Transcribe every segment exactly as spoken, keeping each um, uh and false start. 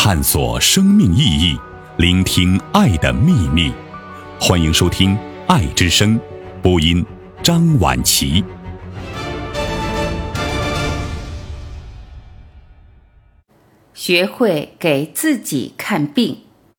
探索生命意义，聆听爱的秘密。欢迎收听《爱之声》，播音张婉琪。 学会给自己看病。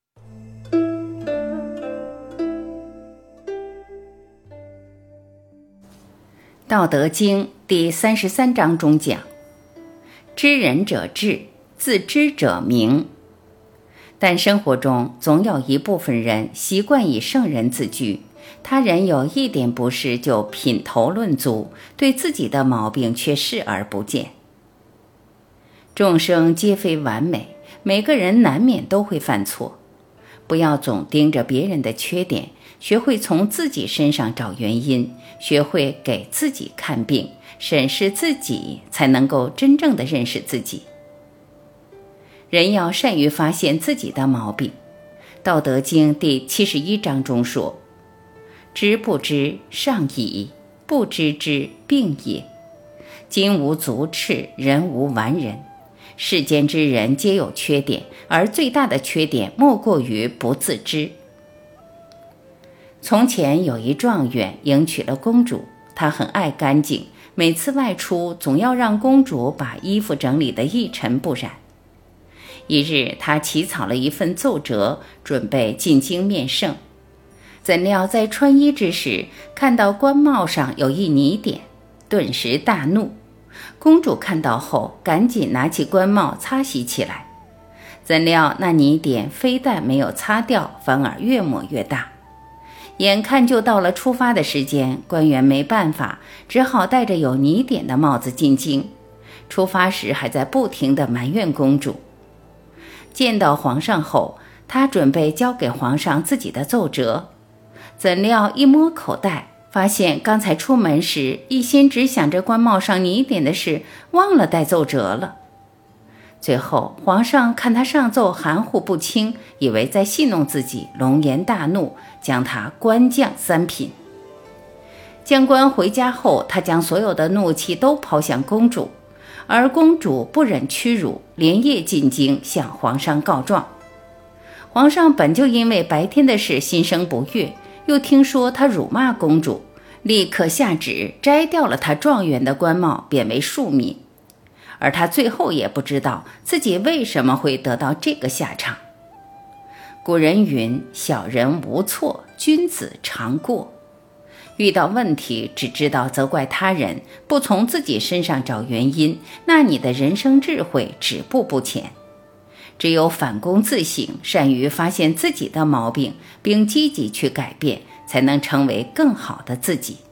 道德经第三十三章中讲：知人者智，自知者明。但生活中总有一部分人习惯以圣人自居，他人有一点不适就品头论足，对自己的毛病却视而不见。众生皆非完美，每个人难免都会犯错，不要总盯着别人的缺点，学会从自己身上找原因，学会给自己看病，审视自己，才能够真正的认识自己。人要善于发现自己的毛病。道德经第七十一章中说：知不知，上矣；不知之，病也。金无足赤，人无完人。世间之人皆有缺点，而最大的缺点莫过于不自知。从前有一状元迎娶了公主，他很爱干净，每次外出总要让公主把衣服整理得一尘不染。一日，他起草了一份奏折，准备进京面圣，怎料在穿衣之时，看到官帽上有一泥点，顿时大怒。公主看到后，赶紧拿起官帽擦洗起来，怎料那泥点非但没有擦掉，反而越抹越大。眼看就到了出发的时间，官员没办法，只好戴着有泥点的帽子进京。出发时还在不停地埋怨公主。见到皇上后，他准备交给皇上自己的奏折，怎料一摸口袋，发现刚才出门时一心只想着官帽上泥点的事，忘了带奏折了。最后皇上看他上奏含糊不清，以为在戏弄自己，龙颜大怒，将他官降三品。将官回家后，他将所有的怒气都抛向公主，而公主不忍屈辱，连夜进京向皇上告状。皇上本就因为白天的事心生不悦，又听说他辱骂公主，立刻下旨摘掉了他状元的官帽，贬为庶民。而他最后也不知道自己为什么会得到这个下场。古人云：小人无错，君子常过。遇到问题只知道责怪他人，不从自己身上找原因，那你的人生智慧止步不前。只有反躬自省，善于发现自己的毛病，并积极去改变，才能成为更好的自己。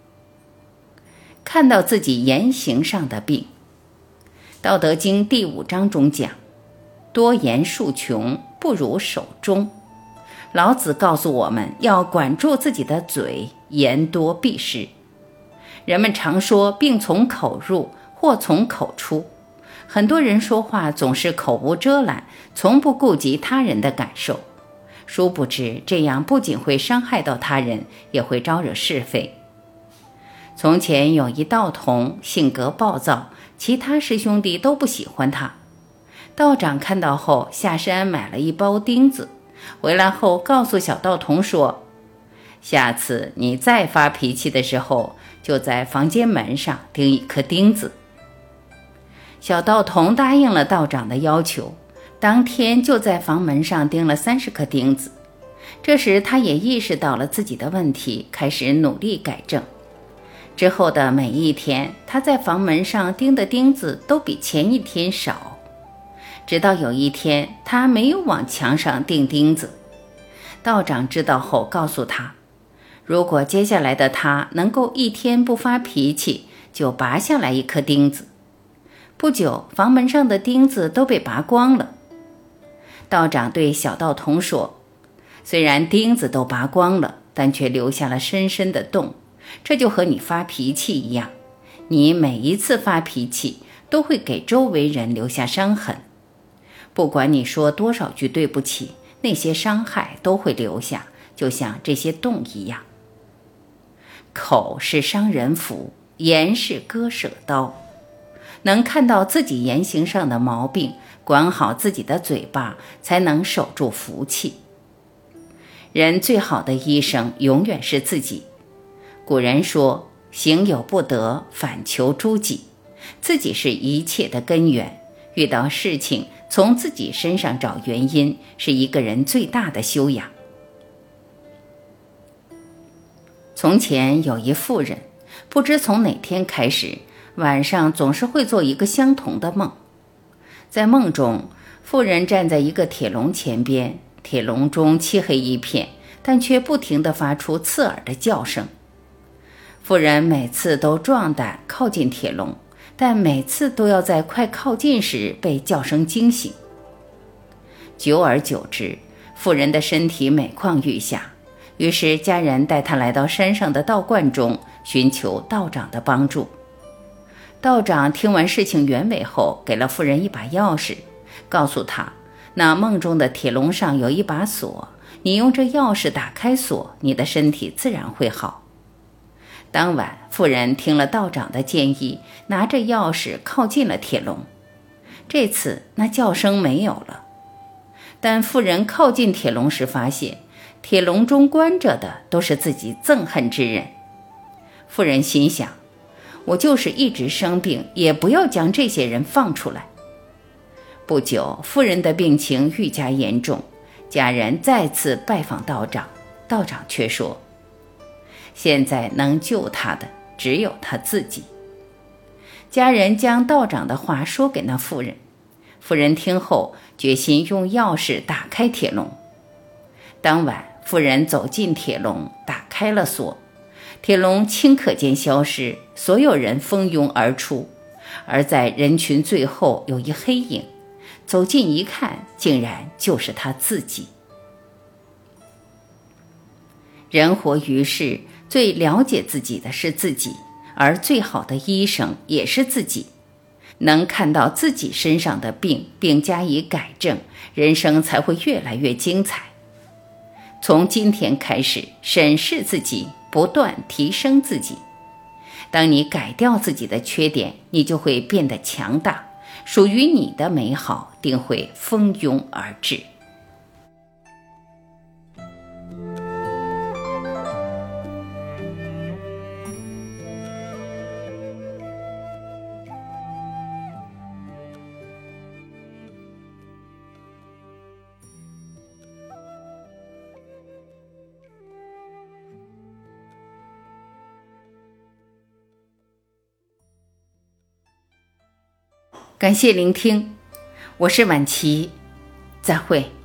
看到自己言行上的病。道德经第五章中讲：多言数穷，不如守中。老子告诉我们要管住自己的嘴，言多必失。人们常说病从口入，祸从口出。很多人说话总是口无遮拦，从不顾及他人的感受，殊不知这样不仅会伤害到他人，也会招惹是非。从前有一道童，性格暴躁，其他师兄弟都不喜欢他。道长看到后，下山买了一包钉子，回来后告诉小道童说：下次你再发脾气的时候，就在房间门上钉一颗钉子。小道童答应了道长的要求，当天就在房门上钉了三十颗钉子。这时他也意识到了自己的问题，开始努力改正。之后的每一天，他在房门上钉的钉子都比前一天少。直到有一天，他没有往墙上钉钉子。道长知道后告诉他，如果接下来的他能够一天不发脾气，就拔下来一颗钉子。不久，房门上的钉子都被拔光了。道长对小道童说：虽然钉子都拔光了，但却留下了深深的洞，这就和你发脾气一样，你每一次发脾气都会给周围人留下伤痕。不管你说多少句对不起，那些伤害都会留下，就像这些洞一样。口是伤人斧，言是割舍刀。 能看到自己言行上的毛病，管好自己的嘴巴，才能守住福气。人最好的医生永远是自己。古人说，行有不得，反求诸己。自己是一切的根源，遇到事情从自己身上找原因，是一个人最大的修养。从前有一妇人，不知从哪天开始，晚上总是会做一个相同的梦。在梦中，妇人站在一个铁笼前边，铁笼中漆黑一片，但却不停地发出刺耳的叫声。妇人每次都壮胆靠近铁笼，但每次都要在快靠近时被叫声惊醒。久而久之，妇人的身体每况愈下，于是家人带她来到山上的道观中，寻求道长的帮助。道长听完事情原委后，给了妇人一把钥匙，告诉她，那梦中的铁笼上有一把锁，你用这钥匙打开锁，你的身体自然会好。当晚，妇人听了道长的建议，拿着钥匙靠近了铁笼。这次那叫声没有了，但妇人靠近铁笼时发现，铁笼中关着的都是自己憎恨之人。妇人心想，我就是一直生病，也不要将这些人放出来。不久，妇人的病情愈加严重，家人再次拜访道长，道长却说，现在能救他的只有他自己。家人将道长的话说给那妇人，妇人听后决心用钥匙打开铁笼。当晚，妇人走进铁笼，打开了锁，铁笼顷刻间消失，所有人蜂拥而出，而在人群最后有一黑影，走近一看，竟然就是他自己。人活于世，最了解自己的是自己，而最好的医生也是自己。能看到自己身上的病并加以改正，人生才会越来越精彩。从今天开始，审视自己，不断提升自己。当你改掉自己的缺点，你就会变得强大，属于你的美好定会蜂拥而至。感谢聆听，我是婉琪，再会。